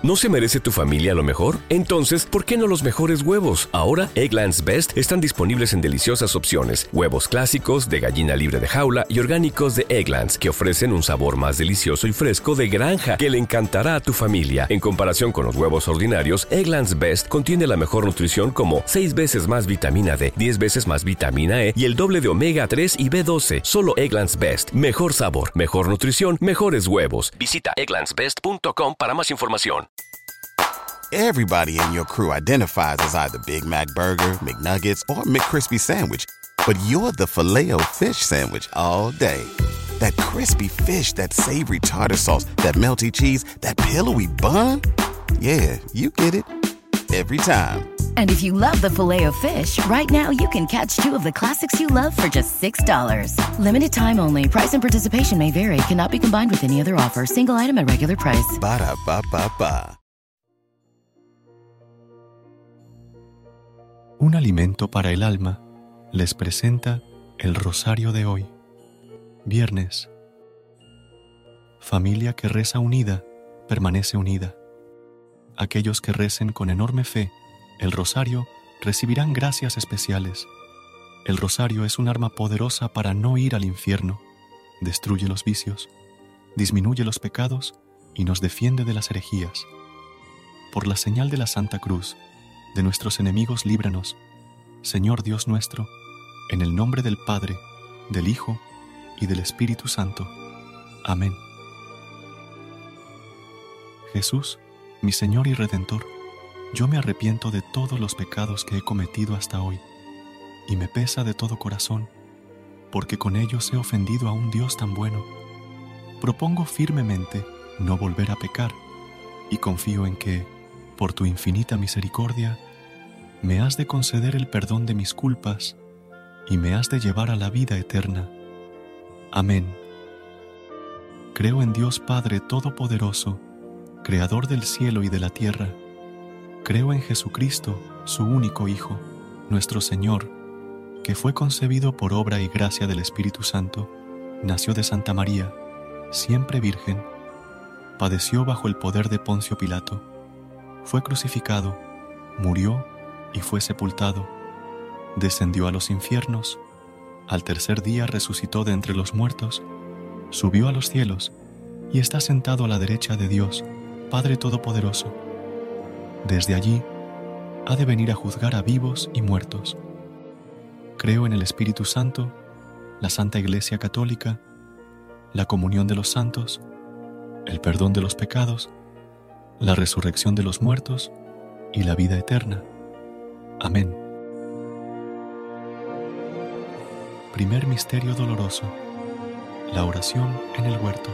¿No se merece tu familia lo mejor? Entonces, ¿por qué no los mejores huevos? Ahora, Eggland's Best están disponibles en deliciosas opciones. Huevos clásicos, de gallina libre de jaula y orgánicos de Eggland's, que ofrecen un sabor más delicioso y fresco de granja que le encantará a tu familia. En comparación con los huevos ordinarios, Eggland's Best contiene la mejor nutrición como 6 veces más vitamina D, 10 veces más vitamina E y el doble de omega 3 y B12. Solo Eggland's Best. Mejor sabor, mejor nutrición, mejores huevos. Visita egglandsbest.com para más información. Everybody in your crew identifies as either Big Mac Burger, McNuggets, or McCrispy Sandwich. But you're the Filet-O-Fish Sandwich all day. That crispy fish, that savory tartar sauce, that melty cheese, that pillowy bun. Yeah, you get it. Every time. And if you love the Filet-O-Fish, right now you can catch 2 of the classics you love for just $6. Limited time only. Price and participation may vary. Cannot be combined with any other offer. Single item at regular price. Ba-da-ba-ba-ba. Un alimento para el alma les presenta el rosario de hoy, viernes. Familia que reza unida, permanece unida. Aquellos que recen con enorme fe el rosario recibirán gracias especiales. El rosario es un arma poderosa para no ir al infierno. Destruye los vicios, disminuye los pecados y nos defiende de las herejías. Por la señal de la Santa Cruz, de nuestros enemigos líbranos, Señor Dios nuestro, en el nombre del Padre, del Hijo y del Espíritu Santo. Amén. Jesús, mi Señor y Redentor, yo me arrepiento de todos los pecados que he cometido hasta hoy, y me pesa de todo corazón, porque con ellos he ofendido a un Dios tan bueno. Propongo firmemente no volver a pecar, y confío en que, por tu infinita misericordia, me has de conceder el perdón de mis culpas y me has de llevar a la vida eterna. Amén. Creo en Dios Padre Todopoderoso, Creador del cielo y de la tierra. Creo en Jesucristo, su único Hijo, nuestro Señor, que fue concebido por obra y gracia del Espíritu Santo, nació de Santa María, siempre virgen, padeció bajo el poder de Poncio Pilato, fue crucificado, murió y fue sepultado, descendió a los infiernos, al tercer día resucitó de entre los muertos, subió a los cielos y está sentado a la derecha de Dios, Padre Todopoderoso. Desde allí ha de venir a juzgar a vivos y muertos. Creo en el Espíritu Santo, la Santa Iglesia Católica, la comunión de los santos, el perdón de los pecados, la resurrección de los muertos y la vida eterna. Amén. Primer misterio doloroso: la oración en el huerto.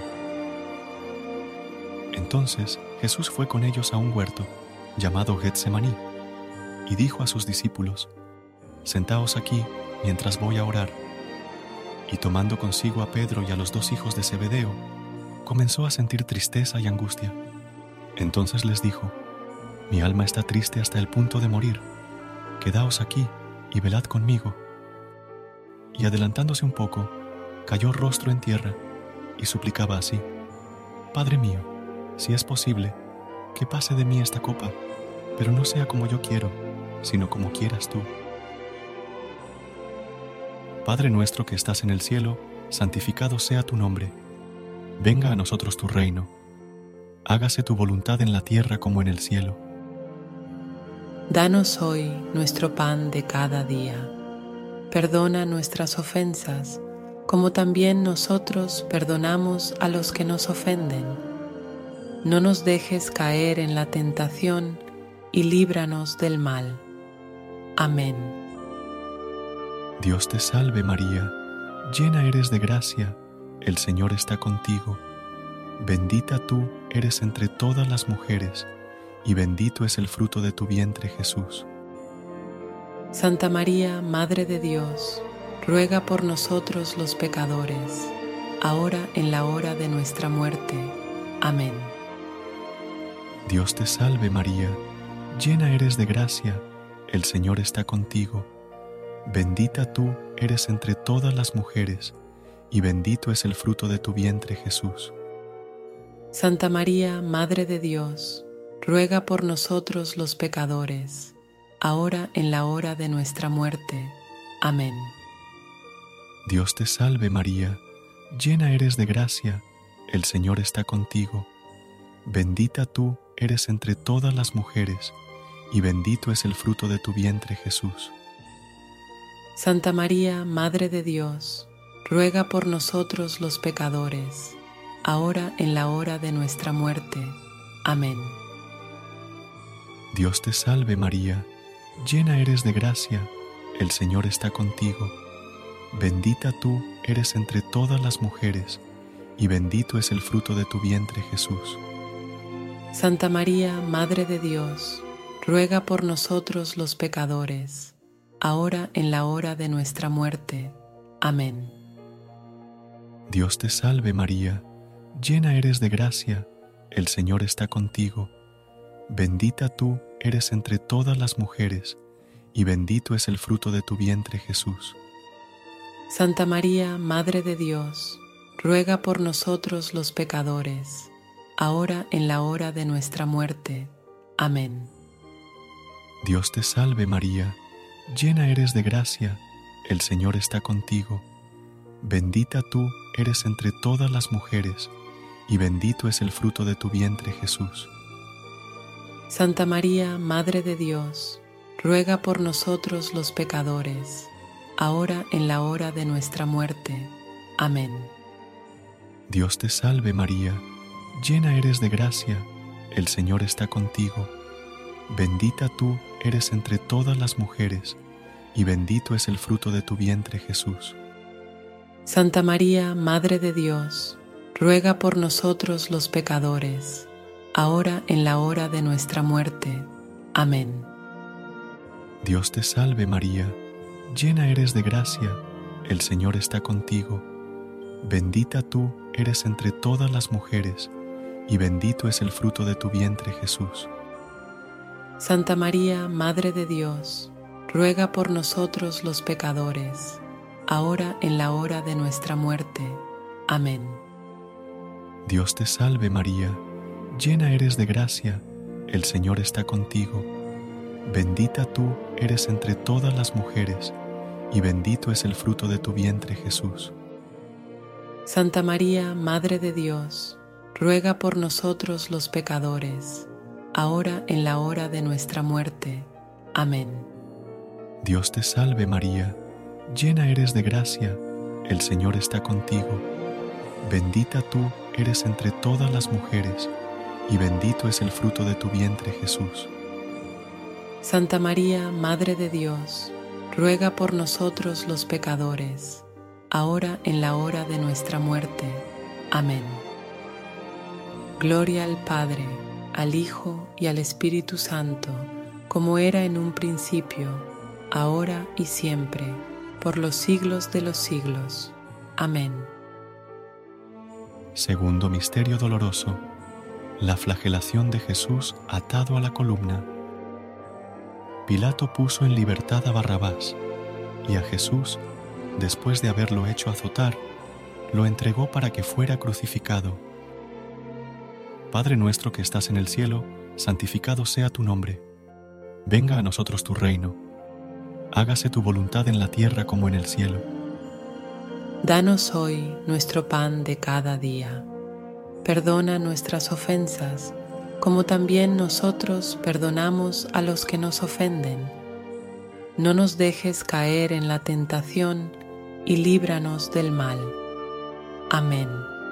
Entonces Jesús fue con ellos a un huerto llamado Getsemaní y dijo a sus discípulos: Sentaos aquí mientras voy a orar. Y tomando consigo a Pedro y a los 2 hijos de Zebedeo, comenzó a sentir tristeza y angustia. Entonces les dijo: Mi alma está triste hasta el punto de morir. Quedaos aquí y velad conmigo. Y adelantándose un poco, cayó rostro en tierra y suplicaba así: Padre mío, si es posible, que pase de mí esta copa, pero no sea como yo quiero, sino como quieras tú. Padre nuestro que estás en el cielo, santificado sea tu nombre. Venga a nosotros tu reino. Hágase tu voluntad en la tierra como en el cielo. Danos hoy nuestro pan de cada día. Perdona nuestras ofensas, como también nosotros perdonamos a los que nos ofenden. No nos dejes caer en la tentación y líbranos del mal. Amén. Dios te salve María, llena eres de gracia, el Señor está contigo. Bendita tú eres entre todas las mujeres, y bendito es el fruto de tu vientre, Jesús. Santa María, Madre de Dios, ruega por nosotros los pecadores, ahora en la hora de nuestra muerte. Amén. Dios te salve María, llena eres de gracia, el Señor está contigo. Bendita tú eres entre todas las mujeres, y bendito es el fruto de tu vientre, Jesús. Santa María, Madre de Dios, ruega por nosotros los pecadores, ahora en la hora de nuestra muerte. Amén. Dios te salve María, llena eres de gracia, el Señor está contigo. Bendita tú eres entre todas las mujeres, y bendito es el fruto de tu vientre Jesús. Santa María, Madre de Dios, ruega por nosotros los pecadores, ahora en la hora de nuestra muerte. Amén. Dios te salve María, llena eres de gracia, el Señor está contigo. Bendita tú eres entre todas las mujeres, y bendito es el fruto de tu vientre Jesús. Santa María, Madre de Dios, ruega por nosotros los pecadores, ahora en la hora de nuestra muerte. Amén. Dios te salve María, llena eres de gracia, el Señor está contigo. Bendita tú eres entre todas las mujeres, y bendito es el fruto de tu vientre Jesús. Santa María, Madre de Dios, ruega por nosotros los pecadores, ahora en la hora de nuestra muerte. Amén. Dios te salve María, llena eres de gracia, el Señor está contigo. Bendita tú eres entre todas las mujeres, y bendito es el fruto de tu vientre Jesús. Santa María, Madre de Dios, ruega por nosotros los pecadores, ahora en la hora de nuestra muerte. Amén. Dios te salve María, llena eres de gracia, el Señor está contigo. Bendita tú eres entre todas las mujeres, y bendito es el fruto de tu vientre Jesús. Santa María, Madre de Dios, ruega por nosotros los pecadores, ahora en la hora de nuestra muerte. Amén. Dios te salve María, llena eres de gracia, el Señor está contigo. Bendita tú eres entre todas las mujeres, y bendito es el fruto de tu vientre Jesús. Santa María, Madre de Dios, ruega por nosotros los pecadores, ahora en la hora de nuestra muerte. Amén. Dios te salve María, llena eres de gracia, el Señor está contigo. Bendita tú eres entre todas las mujeres, y bendito es el fruto de tu vientre Jesús. Santa María, Madre de Dios, ruega por nosotros los pecadores, ahora en la hora de nuestra muerte. Amén. Dios te salve María, llena eres de gracia, el Señor está contigo. Bendita tú eres entre todas las mujeres, y bendito es el fruto de tu vientre Jesús. Santa María, Madre de Dios, ruega por nosotros los pecadores, ahora en la hora de nuestra muerte. Amén. Gloria al Padre, al Hijo y al Espíritu Santo, como era en un principio, ahora y siempre, por los siglos de los siglos. Amén. Segundo misterio doloroso, la flagelación de Jesús atado a la columna. Pilato puso en libertad a Barrabás, y a Jesús, después de haberlo hecho azotar, lo entregó para que fuera crucificado. Padre nuestro que estás en el cielo, santificado sea tu nombre. Venga a nosotros tu reino. Hágase tu voluntad en la tierra como en el cielo. Danos hoy nuestro pan de cada día. Perdona nuestras ofensas, como también nosotros perdonamos a los que nos ofenden. No nos dejes caer en la tentación y líbranos del mal. Amén.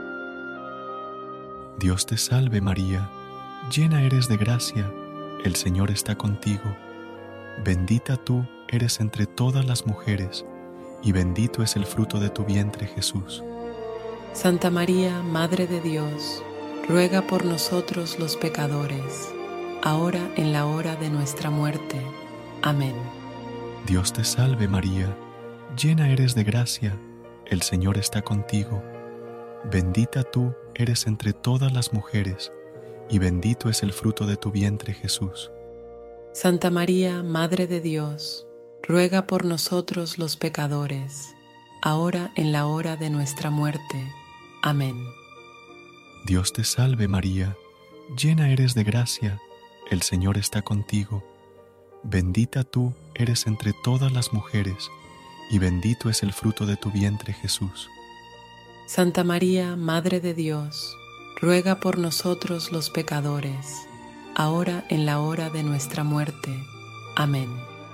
Dios te salve María, llena eres de gracia, el Señor está contigo. Bendita tú eres entre todas las mujeres, y bendito es el fruto de tu vientre Jesús. Santa María, Madre de Dios, ruega por nosotros los pecadores, ahora en la hora de nuestra muerte. Amén. Dios te salve María, llena eres de gracia, el Señor está contigo. Bendita tú eres entre todas las mujeres, y bendito es el fruto de tu vientre Jesús. Santa María, Madre de Dios, ruega por nosotros los pecadores, ahora en la hora de nuestra muerte. Amén. Dios te salve María, llena eres de gracia, el Señor está contigo. Bendita tú eres entre todas las mujeres, y bendito es el fruto de tu vientre, Jesús. Santa María, Madre de Dios, ruega por nosotros los pecadores, ahora en la hora de nuestra muerte. Amén.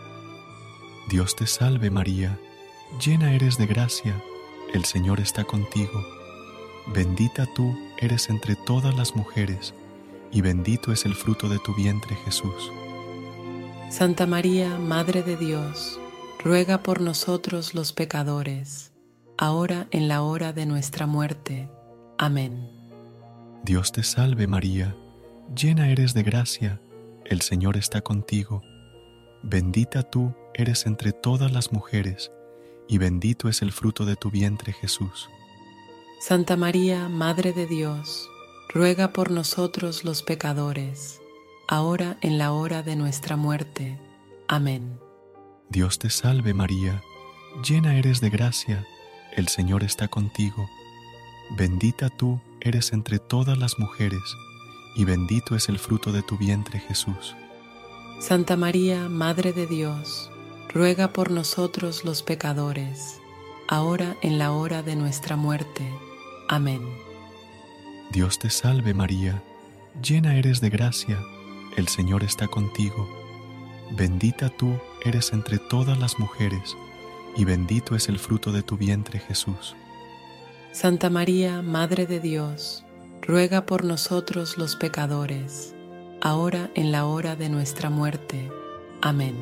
Dios te salve María, llena eres de gracia, el Señor está contigo. Bendita tú eres entre todas las mujeres, y bendito es el fruto de tu vientre, Jesús. Santa María, Madre de Dios, ruega por nosotros los pecadores, ahora en la hora de nuestra muerte. Amén. Dios te salve María, llena eres de gracia, el Señor está contigo. Bendita tú eres entre todas las mujeres, y bendito es el fruto de tu vientre, Jesús. Santa María, Madre de Dios, ruega por nosotros los pecadores, ahora en la hora de nuestra muerte. Amén. Dios te salve María, llena eres de gracia, el Señor está contigo. Bendita tú eres entre todas las mujeres, y bendito es el fruto de tu vientre, Jesús. Santa María, Madre de Dios, ruega por nosotros los pecadores, ahora en la hora de nuestra muerte. Amén. Dios te salve María, llena eres de gracia, el Señor está contigo. Bendita tú eres entre todas las mujeres, y bendito es el fruto de tu vientre, Jesús. Santa María, Madre de Dios, ruega por nosotros los pecadores, ahora en la hora de nuestra muerte. Amén.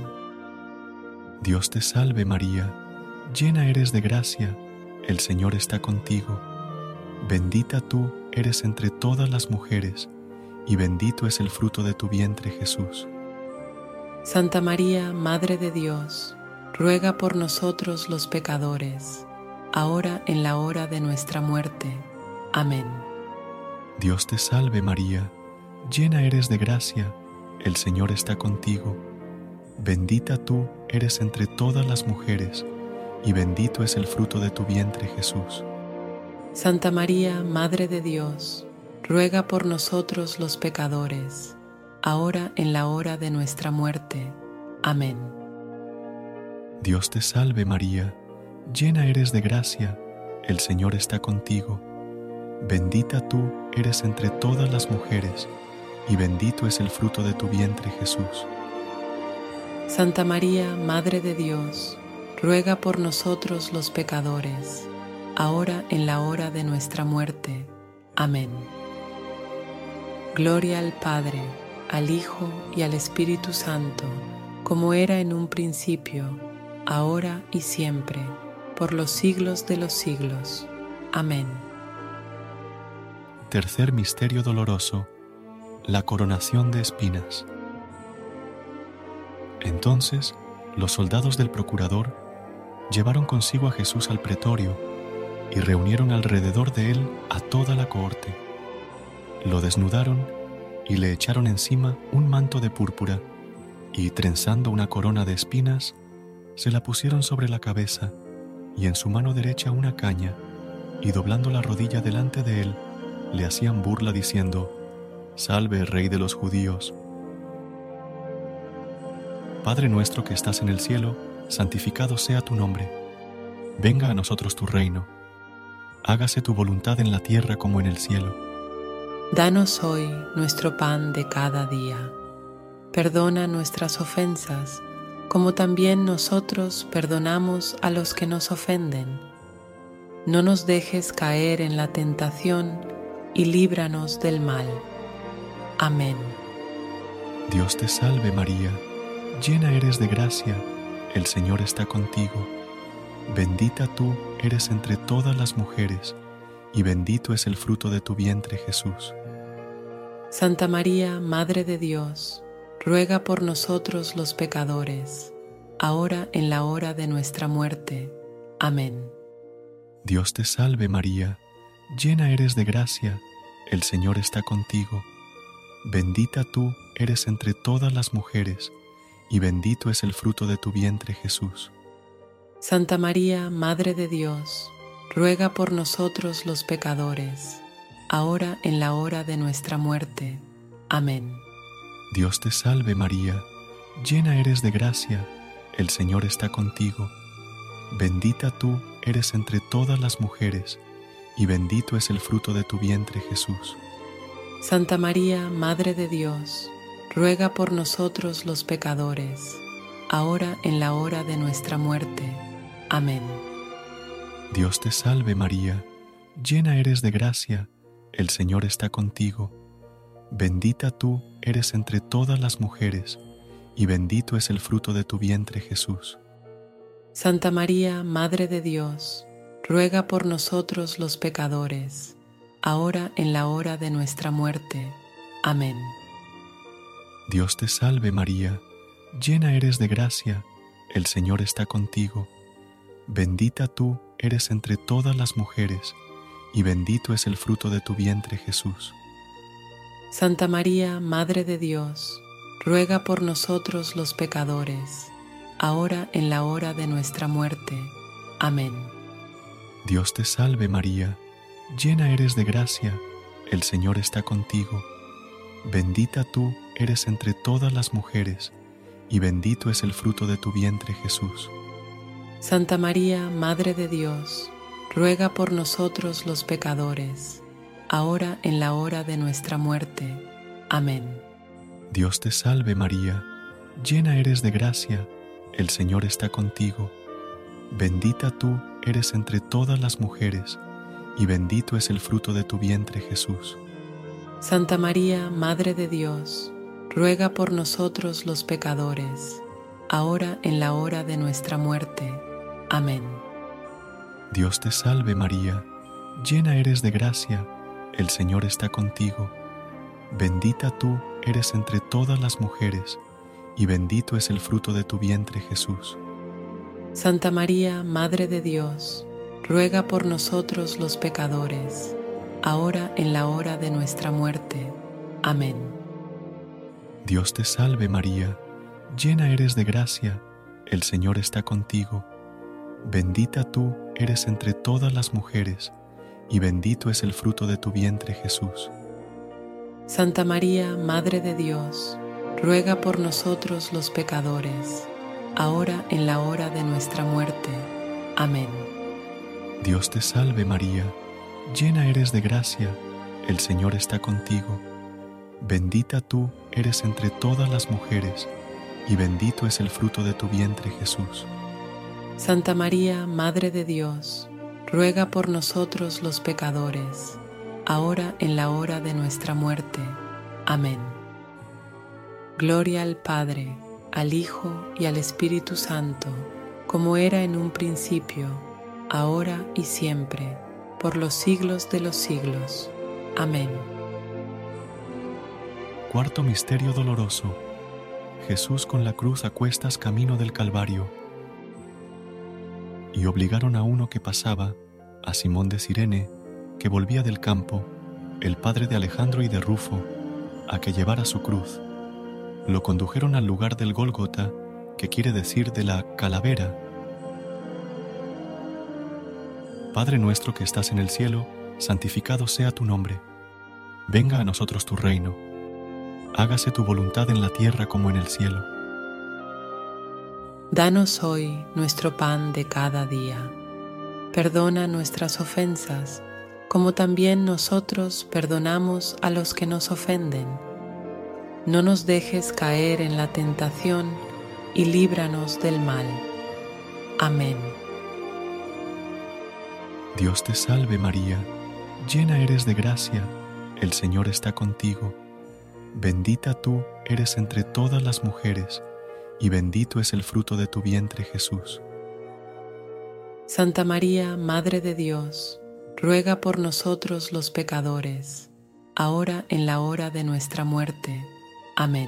Dios te salve María, llena eres de gracia, el Señor está contigo. Bendita tú eres entre todas las mujeres, y bendito es el fruto de tu vientre, Jesús. Santa María, Madre de Dios, ruega por nosotros los pecadores, ahora en la hora de nuestra muerte. Amén. Dios te salve María, llena eres de gracia, el Señor está contigo. Bendita tú eres entre todas las mujeres, y bendito es el fruto de tu vientre, Jesús. Santa María, Madre de Dios, ruega por nosotros los pecadores, ahora en la hora de nuestra muerte. Amén. Dios te salve María, llena eres de gracia, el Señor está contigo. Bendita tú eres entre todas las mujeres, y bendito es el fruto de tu vientre, Jesús. Santa María, Madre de Dios, ruega por nosotros los pecadores, ahora en la hora de nuestra muerte. Amén. Gloria al Padre, al Hijo y al Espíritu Santo, como era en un principio, ahora y siempre, por los siglos de los siglos. Amén. Tercer misterio doloroso, la coronación de espinas. Entonces, los soldados del procurador llevaron consigo a Jesús al pretorio y reunieron alrededor de él a toda la cohorte. Lo desnudaron y le echaron encima un manto de púrpura y, trenzando una corona de espinas, se la pusieron sobre la cabeza y en su mano derecha una caña, y doblando la rodilla delante de él, le hacían burla diciendo: «Salve, Rey de los judíos». Padre nuestro que estás en el cielo, santificado sea tu nombre. Venga a nosotros tu reino. Hágase tu voluntad en la tierra como en el cielo. Danos hoy nuestro pan de cada día. Perdona nuestras ofensas, como también nosotros perdonamos a los que nos ofenden. No nos dejes caer en la tentación y líbranos del mal. Amén. Dios te salve María, llena eres de gracia, el Señor está contigo. Bendita tú eres entre todas las mujeres, y bendito es el fruto de tu vientre, Jesús. Santa María, Madre de Dios, ruega por nosotros los pecadores, ahora en la hora de nuestra muerte. Amén. Dios te salve María, llena eres de gracia, el Señor está contigo. Bendita tú eres entre todas las mujeres, y bendito es el fruto de tu vientre, Jesús. Santa María, Madre de Dios, ruega por nosotros los pecadores, ahora en la hora de nuestra muerte. Amén. Dios te salve María, llena eres de gracia, el Señor está contigo. Bendita tú eres entre todas las mujeres, y bendito es el fruto de tu vientre Jesús. Santa María, Madre de Dios, ruega por nosotros los pecadores, ahora en la hora de nuestra muerte. Amén. Dios te salve María, llena eres de gracia, el Señor está contigo. Bendita tú eres entre todas las mujeres, y bendito es el fruto de tu vientre Jesús. Santa María, Madre de Dios, ruega por nosotros los pecadores, ahora en la hora de nuestra muerte. Amén. Dios te salve María, llena eres de gracia, el Señor está contigo. Bendita tú eres entre todas las mujeres, y bendito es el fruto de tu vientre Jesús. Santa María, Madre de Dios, ruega por nosotros los pecadores, ahora en la hora de nuestra muerte. Amén. Dios te salve María, llena eres de gracia, el Señor está contigo. Bendita tú eres entre todas las mujeres, y bendito es el fruto de tu vientre Jesús. Santa María, Madre de Dios, ruega por nosotros los pecadores, ahora en la hora de nuestra muerte. Amén. Dios te salve María, llena eres de gracia, el Señor está contigo. Bendita tú eres entre todas las mujeres, y bendito es el fruto de tu vientre Jesús. Santa María, Madre de Dios, ruega por nosotros los pecadores, ahora en la hora de nuestra muerte. Amén. Dios te salve María, llena eres de gracia, el Señor está contigo. Bendita tú eres entre todas las mujeres, y bendito es el fruto de tu vientre Jesús. Santa María, Madre de Dios, ruega por nosotros los pecadores, ahora en la hora de nuestra muerte. Amén. Dios te salve María, llena eres de gracia, el Señor está contigo. Bendita tú eres entre todas las mujeres, y bendito es el fruto de tu vientre Jesús. Santa María, Madre de Dios, ruega por nosotros los pecadores, ahora en la hora de nuestra muerte. Amén. Dios te salve María, llena eres de gracia, el Señor está contigo. Bendita tú eres entre todas las mujeres, y bendito es el fruto de tu vientre Jesús. Santa María, Madre de Dios, ruega por nosotros los pecadores, ahora en la hora de nuestra muerte. Amén. Gloria al Padre, al Hijo y al Espíritu Santo, como era en un principio, ahora y siempre, por los siglos de los siglos. Amén. Cuarto misterio doloroso. Jesús con la cruz a cuestas camino del Calvario. Y obligaron a uno que pasaba, a Simón de Cirene, que volvía del campo, el padre de Alejandro y de Rufo, a que llevara su cruz. Lo condujeron al lugar del Gólgota, que quiere decir de la calavera. Padre nuestro que estás en el cielo, santificado sea tu nombre. Venga a nosotros tu reino. Hágase tu voluntad en la tierra como en el cielo. Danos hoy nuestro pan de cada día. Perdona nuestras ofensas, como también nosotros perdonamos a los que nos ofenden. No nos dejes caer en la tentación y líbranos del mal. Amén. Dios te salve María, llena eres de gracia, el Señor está contigo. Bendita tú eres entre todas las mujeres, y bendito es el fruto de tu vientre Jesús. Santa María, Madre de Dios, ruega por nosotros los pecadores, ahora en la hora de nuestra muerte. Amén.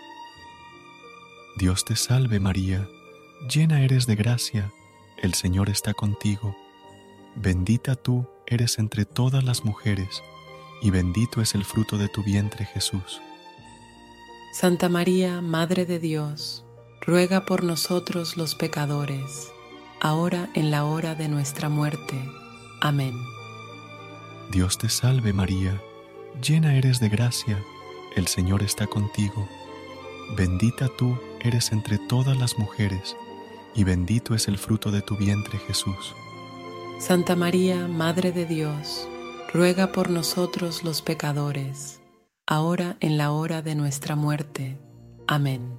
Dios te salve María, llena eres de gracia, el Señor está contigo. Bendita tú eres entre todas las mujeres, y bendito es el fruto de tu vientre Jesús. Santa María, Madre de Dios, ruega por nosotros los pecadores, ahora en la hora de nuestra muerte. Amén. Dios te salve María, llena eres de gracia, el Señor está contigo. Bendita tú eres entre todas las mujeres, y bendito es el fruto de tu vientre, Jesús. Santa María, Madre de Dios, ruega por nosotros los pecadores, ahora en la hora de nuestra muerte. Amén.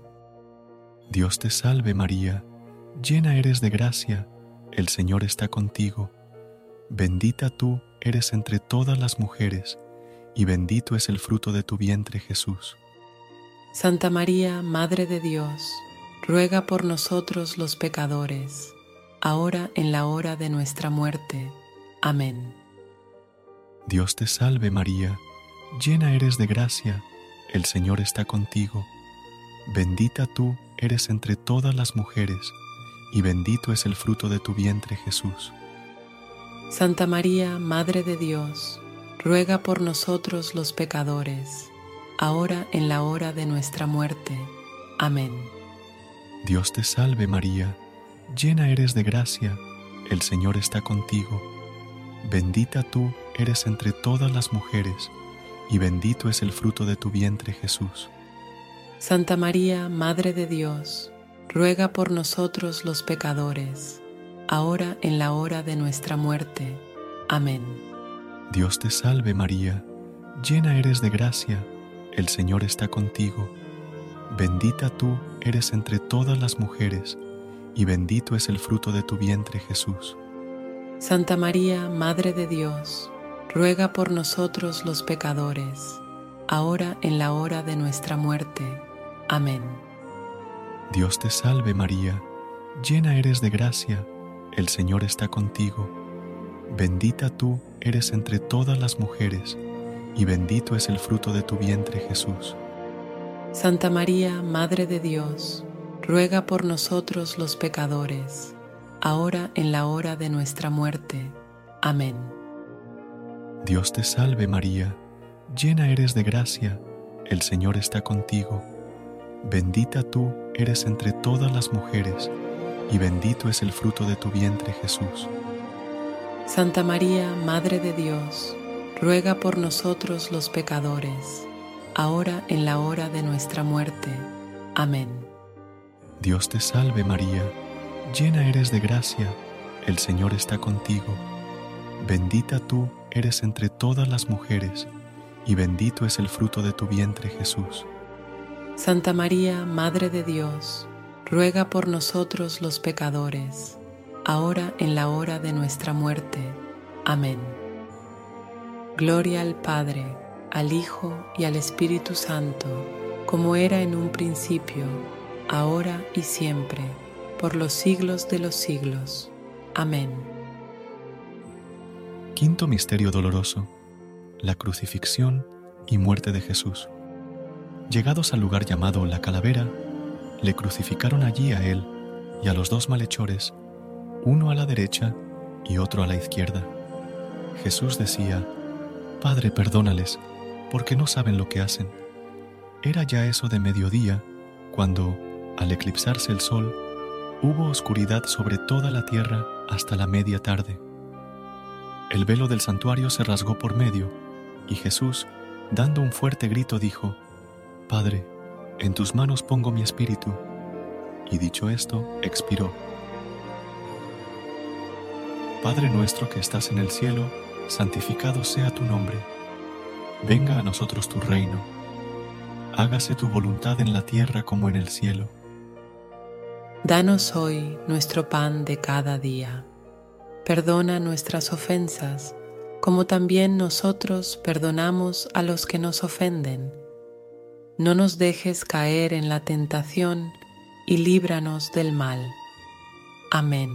Dios te salve María, llena eres de gracia, el Señor está contigo. Bendita tú eres entre todas las mujeres, y bendito es el fruto de tu vientre, Jesús. Santa María, Madre de Dios, ruega por nosotros los pecadores, ahora en la hora de nuestra muerte. Amén. Dios te salve María, llena eres de gracia, el Señor está contigo. Bendita tú eres entre todas las mujeres, y bendito es el fruto de tu vientre, Jesús. Santa María, Madre de Dios, ruega por nosotros los pecadores, ahora en la hora de nuestra muerte. Amén. Dios te salve María, llena eres de gracia, el Señor está contigo. Bendita tú eres entre todas las mujeres, y bendito es el fruto de tu vientre, Jesús. Santa María, Madre de Dios, ruega por nosotros los pecadores, ahora en la hora de nuestra muerte. Amén. Dios te salve María, llena eres de gracia, el Señor está contigo. Bendita tú eres entre todas las mujeres, y bendito es el fruto de tu vientre, Jesús. Santa María, Madre de Dios, ruega por nosotros los pecadores, ahora en la hora de nuestra muerte. Amén. Dios te salve María, llena eres de gracia, el Señor está contigo. Bendita tú eres entre todas las mujeres, y bendito es el fruto de tu vientre, Jesús. Santa María, Madre de Dios, ruega por nosotros los pecadores, ahora en la hora de nuestra muerte. Amén. Dios te salve María, llena eres de gracia, el Señor está contigo. Bendita tú eres entre todas las mujeres, y bendito es el fruto de tu vientre, Jesús. Santa María, Madre de Dios, ruega por nosotros los pecadores, ahora en la hora de nuestra muerte. Amén. Dios te salve María, llena eres de gracia, el Señor está contigo. Bendita tú eres entre todas las mujeres, y bendito es el fruto de tu vientre, Jesús. Santa María, Madre de Dios, ruega por nosotros los pecadores, ahora en la hora de nuestra muerte. Amén. Gloria al Padre, al Hijo y al Espíritu Santo, como era en un principio, ahora y siempre, por los siglos de los siglos. Amén. Quinto misterio doloroso: la crucifixión y muerte de Jesús. Llegados al lugar llamado La Calavera, le crucificaron allí a él y a los dos malhechores, uno a la derecha y otro a la izquierda. Jesús decía: Padre, perdónales, porque no saben lo que hacen. Era ya eso de mediodía, cuando, al eclipsarse el sol, hubo oscuridad sobre toda la tierra hasta la media tarde. El velo del santuario se rasgó por medio, y Jesús, dando un fuerte grito, dijo: Padre, en tus manos pongo mi espíritu. Y dicho esto, expiró. Padre nuestro que estás en el cielo, santificado sea tu nombre. Venga a nosotros tu reino. Hágase tu voluntad en la tierra como en el cielo. Danos hoy nuestro pan de cada día. Perdona nuestras ofensas, como también nosotros perdonamos a los que nos ofenden. No nos dejes caer en la tentación y líbranos del mal. Amén.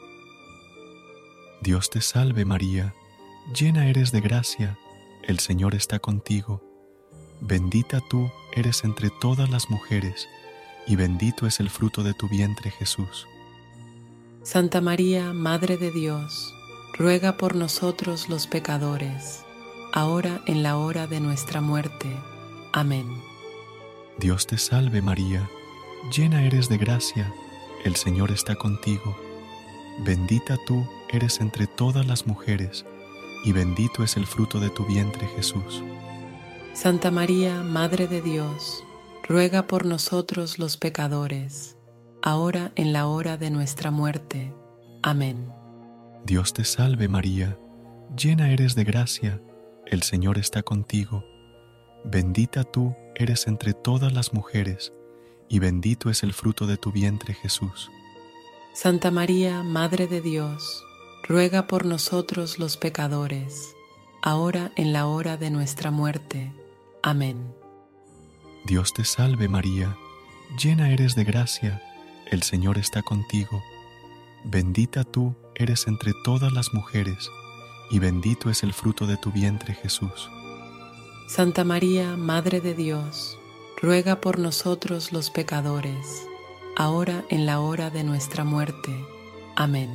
Dios te salve María, llena eres de gracia, el Señor está contigo. Bendita tú eres entre todas las mujeres, y bendito es el fruto de tu vientre, Jesús. Santa María, Madre de Dios, ruega por nosotros los pecadores, ahora en la hora de nuestra muerte. Amén. Dios te salve María, llena eres de gracia, el Señor está contigo. Bendita tú eres entre todas las mujeres, y bendito es el fruto de tu vientre, Jesús. Santa María, Madre de Dios, ruega por nosotros los pecadores, ahora en la hora de nuestra muerte. Amén. Dios te salve María, llena eres de gracia, el Señor está contigo. Bendita tú eres entre todas las mujeres, y bendito es el fruto de tu vientre Jesús. Santa María, Madre de Dios, ruega por nosotros los pecadores, ahora en la hora de nuestra muerte. Amén. Dios te salve María, llena eres de gracia, el Señor está contigo. Bendita tú eres entre todas las mujeres, y bendito es el fruto de tu vientre Jesús. Santa María, Madre de Dios, ruega por nosotros los pecadores, ahora en la hora de nuestra muerte. Amén.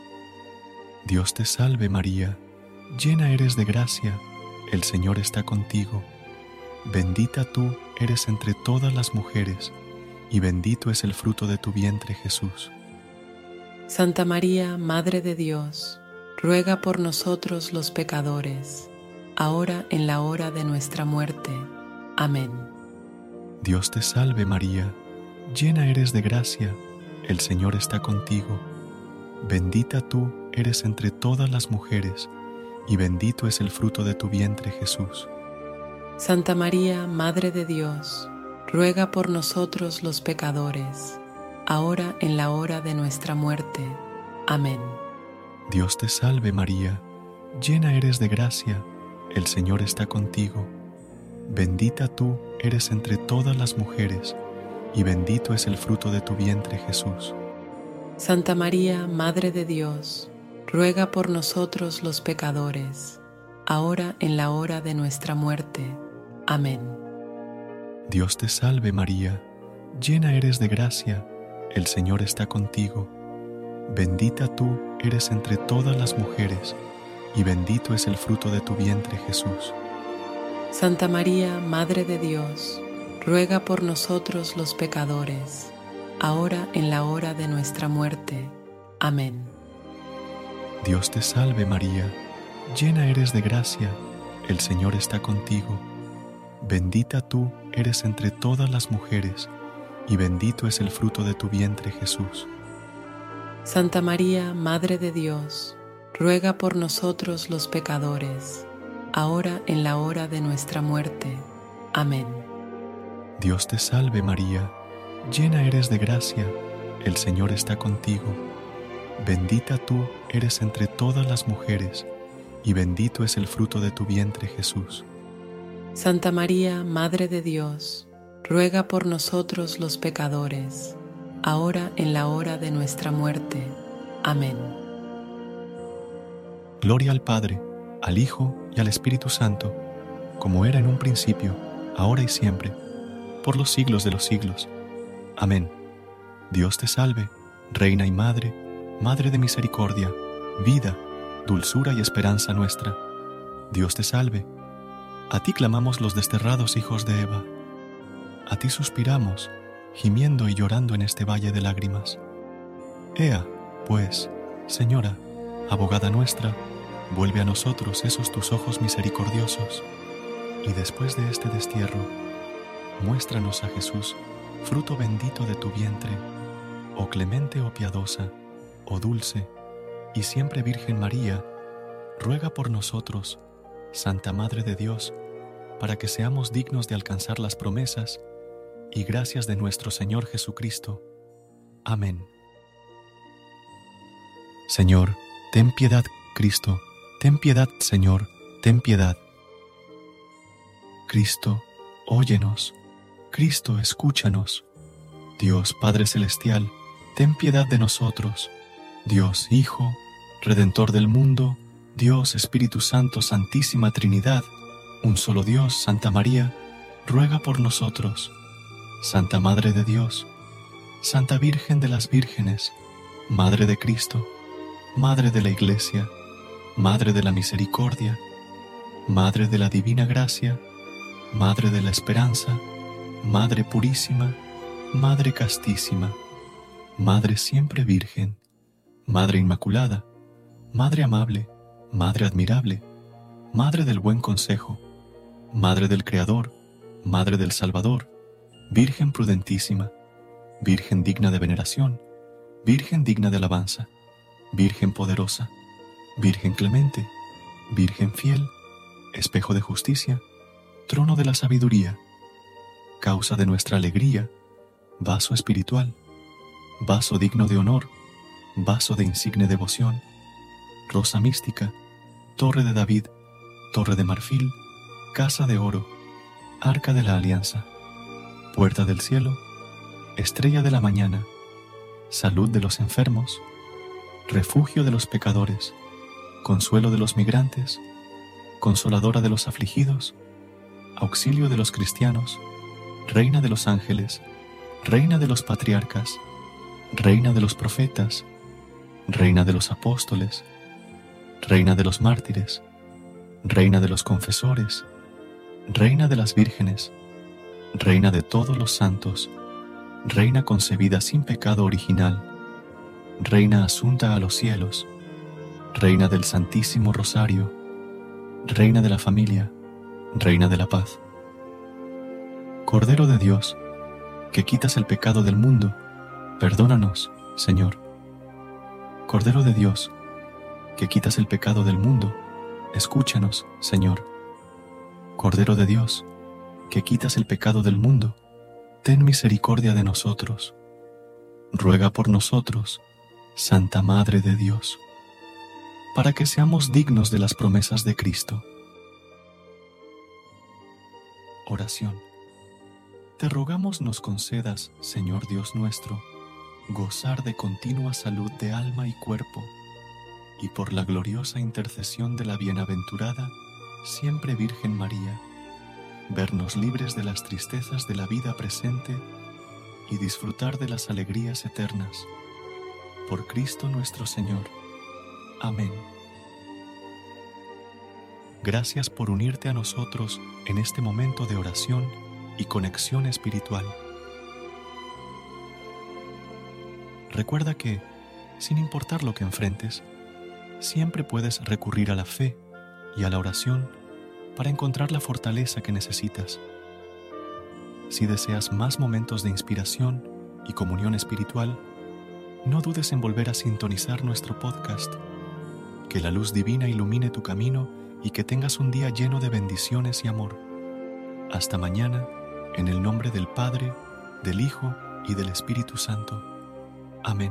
Dios te salve María, llena eres de gracia, el Señor está contigo. Bendita tú eres entre todas las mujeres, y bendito es el fruto de tu vientre Jesús. Santa María, Madre de Dios, ruega por nosotros los pecadores, ahora en la hora de nuestra muerte. Amén. Dios te salve María, llena eres de gracia, el Señor está contigo. Bendita tú eres entre todas las mujeres, y bendito es el fruto de tu vientre Jesús. Santa María, Madre de Dios, ruega por nosotros los pecadores, ahora en la hora de nuestra muerte. Amén. Dios te salve María, llena eres de gracia, el Señor está contigo. Bendita tú eres entre todas las mujeres, y bendito es el fruto de tu vientre Jesús. Santa María, Madre de Dios, ruega por nosotros los pecadores, ahora en la hora de nuestra muerte. Amén. Dios te salve María, llena eres de gracia, el Señor está contigo. Bendita tú eres entre todas las mujeres, y bendito es el fruto de tu vientre Jesús. Santa María, Madre de Dios, ruega por nosotros los pecadores, ahora en la hora de nuestra muerte. Amén. Dios te salve María, llena eres de gracia, el Señor está contigo. Bendita tú eres entre todas las mujeres, y bendito es el fruto de tu vientre Jesús. Santa María, Madre de Dios, ruega por nosotros los pecadores, ahora en la hora de nuestra muerte. Amén. Dios te salve María, llena eres de gracia, el Señor está contigo. Bendita tú eres entre todas las mujeres, y bendito es el fruto de tu vientre Jesús. Santa María, Madre de Dios, ruega por nosotros los pecadores, ahora en la hora de nuestra muerte. Amén. Gloria al Padre, al Hijo y al Espíritu Santo, como era en un principio, ahora y siempre, por los siglos de los siglos. Amén. Dios te salve, Reina y Madre, Madre de misericordia, vida, dulzura y esperanza nuestra. Dios te salve. A ti clamamos los desterrados hijos de Eva. A ti suspiramos, gimiendo y llorando en este valle de lágrimas. Ea, pues, Señora, abogada nuestra, vuelve a nosotros esos tus ojos misericordiosos, y después de este destierro, muéstranos a Jesús, fruto bendito de tu vientre, oh clemente, oh piadosa, oh dulce, y siempre Virgen María, ruega por nosotros, Santa Madre de Dios, para que seamos dignos de alcanzar las promesas y gracias de nuestro Señor Jesucristo. Amén. Señor, ten piedad, Cristo, ten piedad, Señor, ten piedad. Cristo, óyenos. Cristo, escúchanos. Dios Padre Celestial, ten piedad de nosotros. Dios Hijo, Redentor del mundo, Dios Espíritu Santo, Santísima Trinidad, un solo Dios, Santa María, ruega por nosotros. Santa Madre de Dios, Santa Virgen de las Vírgenes, Madre de Cristo, Madre de la Iglesia, Madre de la Misericordia, Madre de la Divina Gracia, Madre de la Esperanza, Madre Purísima, Madre Castísima, Madre Siempre Virgen, Madre Inmaculada, Madre Amable, Madre Admirable, Madre del Buen Consejo, Madre del Creador, Madre del Salvador, Virgen prudentísima, Virgen digna de veneración, Virgen digna de alabanza, Virgen poderosa, Virgen clemente, Virgen fiel, espejo de justicia, trono de la sabiduría, causa de nuestra alegría, vaso espiritual, vaso digno de honor, vaso de insigne devoción, rosa mística, torre de David, torre de marfil, casa de oro, arca de la alianza, puerta del cielo, estrella de la mañana, salud de los enfermos, refugio de los pecadores, consuelo de los migrantes, consoladora de los afligidos, auxilio de los cristianos, reina de los ángeles, reina de los patriarcas, reina de los profetas, reina de los apóstoles, reina de los mártires, reina de los confesores, reina de las vírgenes, reina de todos los santos, reina concebida sin pecado original, reina asunta a los cielos, reina del Santísimo Rosario, reina de la familia, reina de la paz. Cordero de Dios, que quitas el pecado del mundo, perdónanos, Señor. Cordero de Dios, que quitas el pecado del mundo, escúchanos, Señor. Cordero de Dios, que quitas el pecado del mundo, ten misericordia de nosotros. Ruega por nosotros, Santa Madre de Dios, para que seamos dignos de las promesas de Cristo. Oración. Te rogamos nos concedas, Señor Dios nuestro, gozar de continua salud de alma y cuerpo, y por la gloriosa intercesión de la bienaventurada, siempre Virgen María, vernos libres de las tristezas de la vida presente y disfrutar de las alegrías eternas. Por Cristo nuestro Señor. Amén. Gracias por unirte a nosotros en este momento de oración y conexión espiritual. Recuerda que, sin importar lo que enfrentes, siempre puedes recurrir a la fe y a la oración para encontrar la fortaleza que necesitas. Si deseas más momentos de inspiración y comunión espiritual, no dudes en volver a sintonizar nuestro podcast. Que la luz divina ilumine tu camino y que tengas un día lleno de bendiciones y amor. Hasta mañana, en el nombre del Padre, del Hijo y del Espíritu Santo. Amén.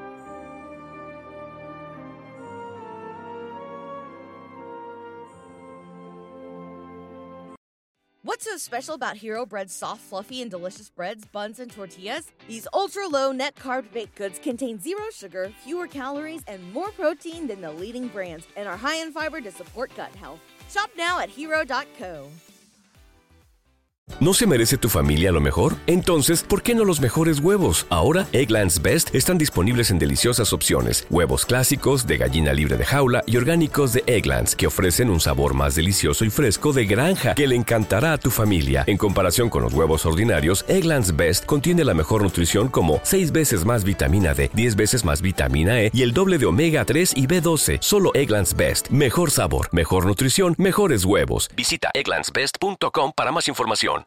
What's so special about Hero Bread's soft, fluffy, and delicious breads, buns, and tortillas? These ultra-low net-carb baked goods contain zero sugar, fewer calories, and more protein than the leading brands, and are high in fiber to support gut health. Shop now at Hero.co. ¿No se merece tu familia lo mejor? Entonces, ¿por qué no los mejores huevos? Ahora, Eggland's Best están disponibles en deliciosas opciones. Huevos clásicos, de gallina libre de jaula y orgánicos de Eggland's, que ofrecen un sabor más delicioso y fresco de granja que le encantará a tu familia. En comparación con los huevos ordinarios, Eggland's Best contiene la mejor nutrición como 6 veces más vitamina D, 10 veces más vitamina E y el doble de omega 3 y B12. Solo Eggland's Best. Mejor sabor, mejor nutrición, mejores huevos. Visita egglandsbest.com para más información.